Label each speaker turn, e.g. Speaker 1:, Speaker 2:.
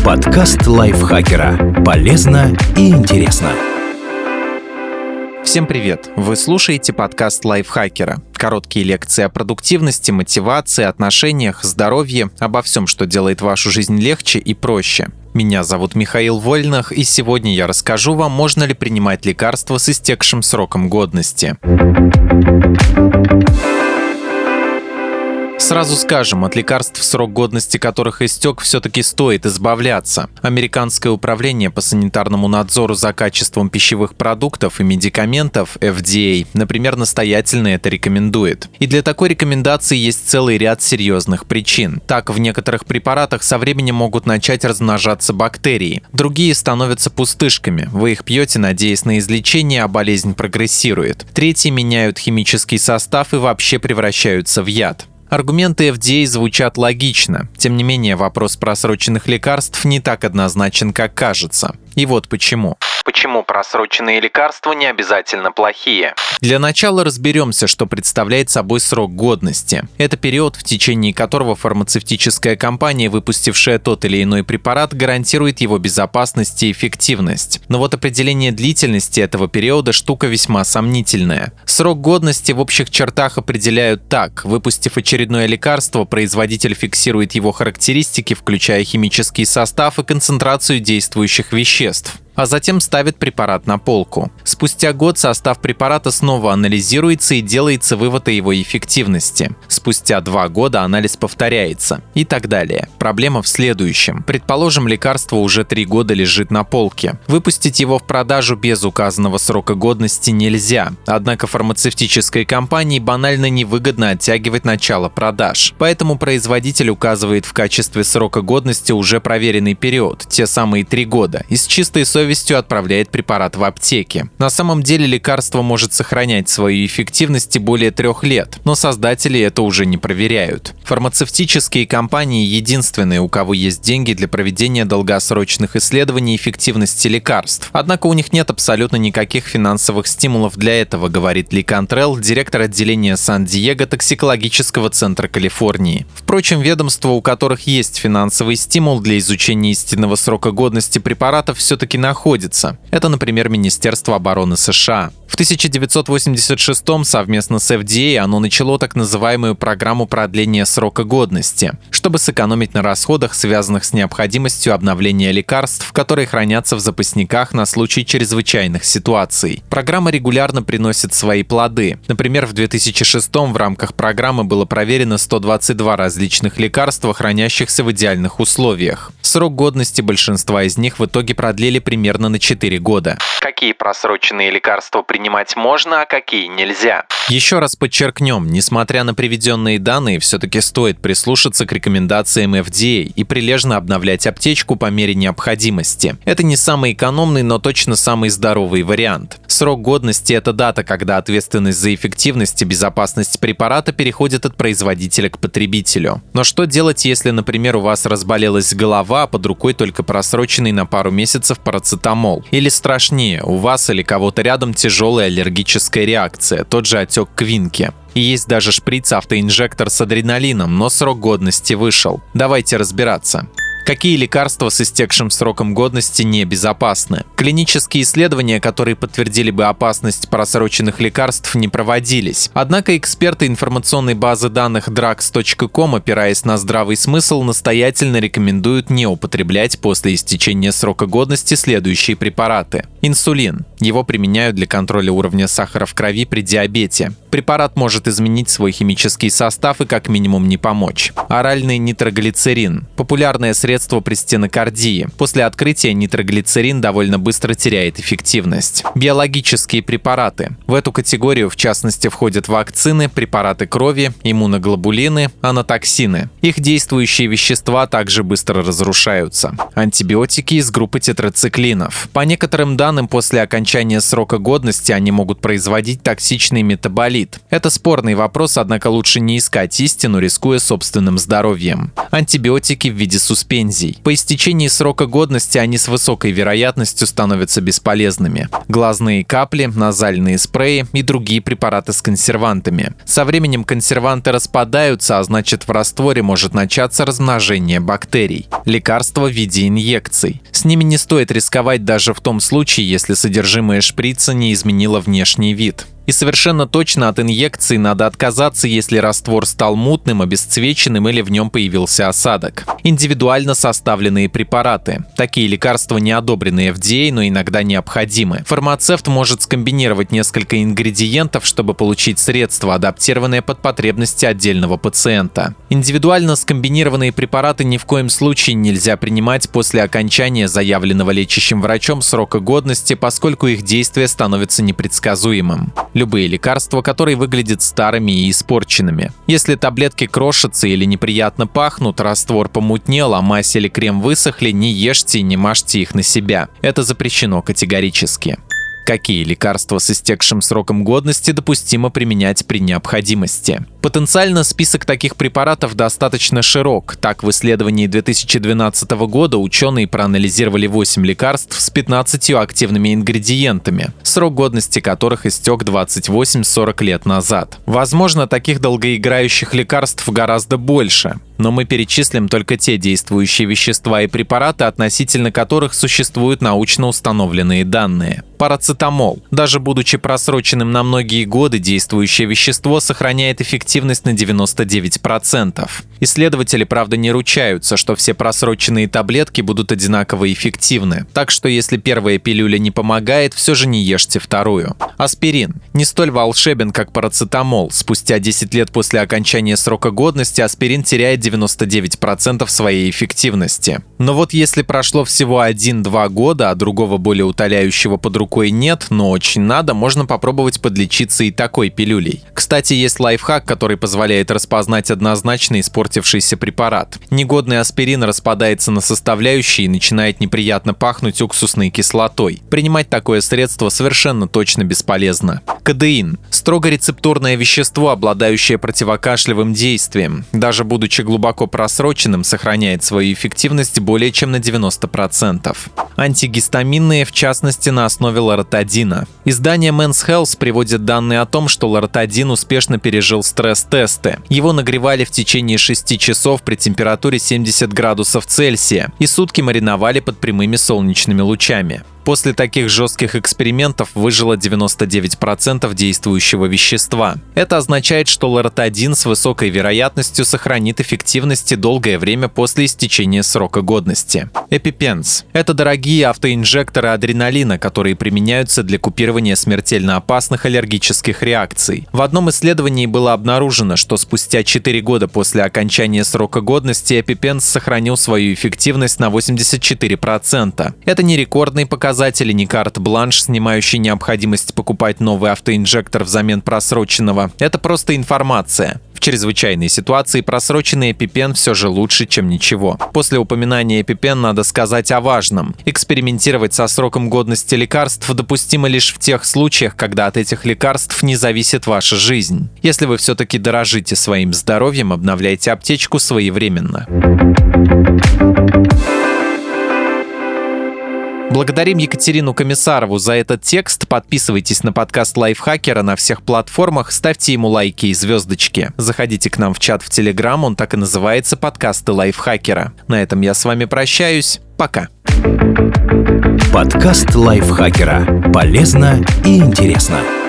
Speaker 1: Подкаст лайфхакера. Полезно и интересно.
Speaker 2: Всем привет! Вы слушаете подкаст лайфхакера. Короткие лекции о продуктивности, мотивации, отношениях, здоровье, обо всем, что делает вашу жизнь легче и проще. Меня зовут Михаил Вольнах, и сегодня я расскажу вам, можно ли принимать лекарства с истекшим сроком годности. Сразу скажем, от лекарств, срок годности которых истек, все-таки стоит избавляться. Американское управление по санитарному надзору за качеством пищевых продуктов и медикаментов, FDA, например, настоятельно это рекомендует. И для такой рекомендации есть целый ряд серьезных причин. Так, в некоторых препаратах со временем могут начать размножаться бактерии. Другие становятся пустышками. Вы их пьете, надеясь на излечение, а болезнь прогрессирует. Третьи меняют химический состав и вообще превращаются в яд. Аргументы FDA звучат логично. Тем не менее, вопрос просроченных лекарств не так однозначен, как кажется. И вот почему. Почему просроченные лекарства не обязательно плохие? Для начала разберемся, что представляет собой срок годности. Это период, в течение которого фармацевтическая компания, выпустившая тот или иной препарат, гарантирует его безопасность и эффективность. Но вот определение длительности этого периода – штука весьма сомнительная. Срок годности в общих чертах определяют так. Выпустив очередное лекарство, производитель фиксирует его характеристики, включая химический состав и концентрацию действующих веществ, а затем ставит препарат на полку. Спустя год состав препарата снова анализируется и делается вывод о его эффективности. Спустя 2 года анализ повторяется и так далее. Проблема в следующем. Предположим, лекарство уже 3 года лежит на полке. Выпустить его в продажу без указанного срока годности нельзя. Однако фармацевтической компании банально невыгодно оттягивать начало продаж. Поэтому производитель указывает в качестве срока годности уже проверенный период, те самые 3 года, и с чистой совестью отправляет препарат в аптеки. На самом деле лекарство может сохранять свою эффективность и более 3 лет, но создатели это уже не проверяют. Фармацевтические компании единственные, у кого есть деньги для проведения долгосрочных исследований эффективности лекарств. Однако у них нет абсолютно никаких финансовых стимулов для этого, говорит Ли Кантрелл, директор отделения Сан-Диего токсикологического центра Калифорнии. Впрочем, ведомства, у которых есть финансовый стимул для изучения истинного срока годности препаратов, все-таки находится. Это, например, Министерство обороны США. В 1986-м совместно с FDA оно начало так называемую программу продления срока годности, чтобы сэкономить на расходах, связанных с необходимостью обновления лекарств, которые хранятся в запасниках на случай чрезвычайных ситуаций. Программа регулярно приносит свои плоды. Например, в 2006-м в рамках программы было проверено 122 различных лекарства, хранящихся в идеальных условиях. Срок годности большинства из них в итоге продлили примерно на 4 года. Какие просроченные лекарства принимать можно, а какие нельзя? Еще раз подчеркнем, несмотря на приведенные данные, все-таки стоит прислушаться к рекомендациям FDA и прилежно обновлять аптечку по мере необходимости. Это не самый экономный, но точно самый здоровый вариант. Срок годности – это дата, когда ответственность за эффективность и безопасность препарата переходит от производителя к потребителю. Но что делать, если, например, у вас разболелась голова, а под рукой только просроченный на пару месяцев парацетамол? Или страшнее, у вас или кого-то рядом тяжелая аллергическая реакция, тот же отек квинки. И есть даже шприц-автоинжектор с адреналином, но срок годности вышел. Давайте разбираться. Какие лекарства с истекшим сроком годности небезопасны? Клинические исследования, которые подтвердили бы опасность просроченных лекарств, не проводились. Однако эксперты информационной базы данных drugs.com, опираясь на здравый смысл, настоятельно рекомендуют не употреблять после истечения срока годности следующие препараты. Инсулин. Его применяют для контроля уровня сахара в крови при диабете. Препарат может изменить свой химический состав и как минимум не помочь. Оральный нитроглицерин. Популярное средство при стенокардии. После открытия нитроглицерин довольно быстро теряет эффективность. Биологические препараты. В эту категорию в частности входят вакцины, препараты крови, иммуноглобулины, анатоксины. Их действующие вещества также быстро разрушаются. Антибиотики из группы тетрациклинов. По некоторым данным, после окончания срока годности они могут производить токсичный метаболит. Это спорный вопрос, однако лучше не искать истину, рискуя собственным здоровьем. Антибиотики в виде суспензии. претензий. По истечении срока годности они с высокой вероятностью становятся бесполезными. Глазные капли, назальные спреи и другие препараты с консервантами. Со временем консерванты распадаются, а значит в растворе может начаться размножение бактерий. Лекарства в виде инъекций. С ними не стоит рисковать даже в том случае, если содержимое шприца не изменило внешний вид. И совершенно точно от инъекций надо отказаться, если раствор стал мутным, обесцвеченным или в нем появился осадок. Индивидуально составленные препараты. Такие лекарства не одобрены FDA, но иногда необходимы. Фармацевт может скомбинировать несколько ингредиентов, чтобы получить средство, адаптированное под потребности отдельного пациента. Индивидуально скомбинированные препараты ни в коем случае нельзя принимать после окончания заявленного лечащим врачом срока годности, поскольку их действие становится непредсказуемым. Любые лекарства, которые выглядят старыми и испорченными. Если таблетки крошатся или неприятно пахнут, раствор помутнел, а мазь или крем высохли, не ешьте и не мажьте их на себя. Это запрещено категорически. Какие лекарства с истекшим сроком годности допустимо применять при необходимости? Потенциально список таких препаратов достаточно широк. Так, в исследовании 2012 года ученые проанализировали 8 лекарств с 15 активными ингредиентами, срок годности которых истек 28-40 лет назад. Возможно, таких долгоиграющих лекарств гораздо больше, но мы перечислим только те действующие вещества и препараты, относительно которых существуют научно установленные данные. Парацетамол. Даже будучи просроченным на многие годы, действующее вещество сохраняет эффективность на 99%. Исследователи, правда, не ручаются, что все просроченные таблетки будут одинаково эффективны. Так что если первая пилюля не помогает, все же не ешьте вторую. Аспирин. Не столь волшебен, как парацетамол. Спустя 10 лет после окончания срока годности аспирин теряет 99% своей эффективности. Но вот если прошло всего 1-2 года, а другого более утоляющего под рукой нет, но очень надо, можно попробовать подлечиться и такой пилюлей. Кстати, есть лайфхак, который позволяет распознать однозначно испортившийся препарат. Негодный аспирин распадается на составляющие и начинает неприятно пахнуть уксусной кислотой. Принимать такое средство совершенно точно бесполезно. Кодеин. Строго рецептурное вещество, обладающее противокашлевым действием. Даже будучи глубоко просроченным, сохраняет свою эффективность более чем на 90%. Антигистаминные, в частности, на основе лоротидина. Издание Men's Health приводит данные о том, что лоротидин успешно пережил стресс-тесты. Его нагревали в течение 6 часов при температуре 70 градусов Цельсия и сутки мариновали под прямыми солнечными лучами. После таких жестких экспериментов выжило 99% действующего вещества. Это означает, что лоротидин с высокой вероятностью сохранит эффективность долгое время после истечения срока годности. EpiPens. Это дорогие автоинжекторы адреналина, которые применяются для купирования смертельно опасных аллергических реакций. В одном исследовании было обнаружено, что спустя 4 года после окончания срока годности EpiPens сохранил свою эффективность на 84%. Это не рекордный показатель, не карт-бланш, снимающий необходимость покупать новый автоинжектор взамен просроченного. Это просто информация. В чрезвычайной ситуации просроченный EpiPen все же лучше, чем ничего. После упоминания EpiPen надо сказать о важном. Экспериментировать со сроком годности лекарств допустимо лишь в тех случаях, когда от этих лекарств не зависит ваша жизнь. Если вы все-таки дорожите своим здоровьем, обновляйте аптечку своевременно. Благодарим Екатерину Комиссарову за этот текст. Подписывайтесь на подкаст Лайфхакера на всех платформах, ставьте ему лайки и звездочки. Заходите к нам в чат в Телеграм, он так и называется «Подкасты Лайфхакера». На этом я с вами прощаюсь. Пока.
Speaker 1: Подкаст Лайфхакера. Полезно и интересно.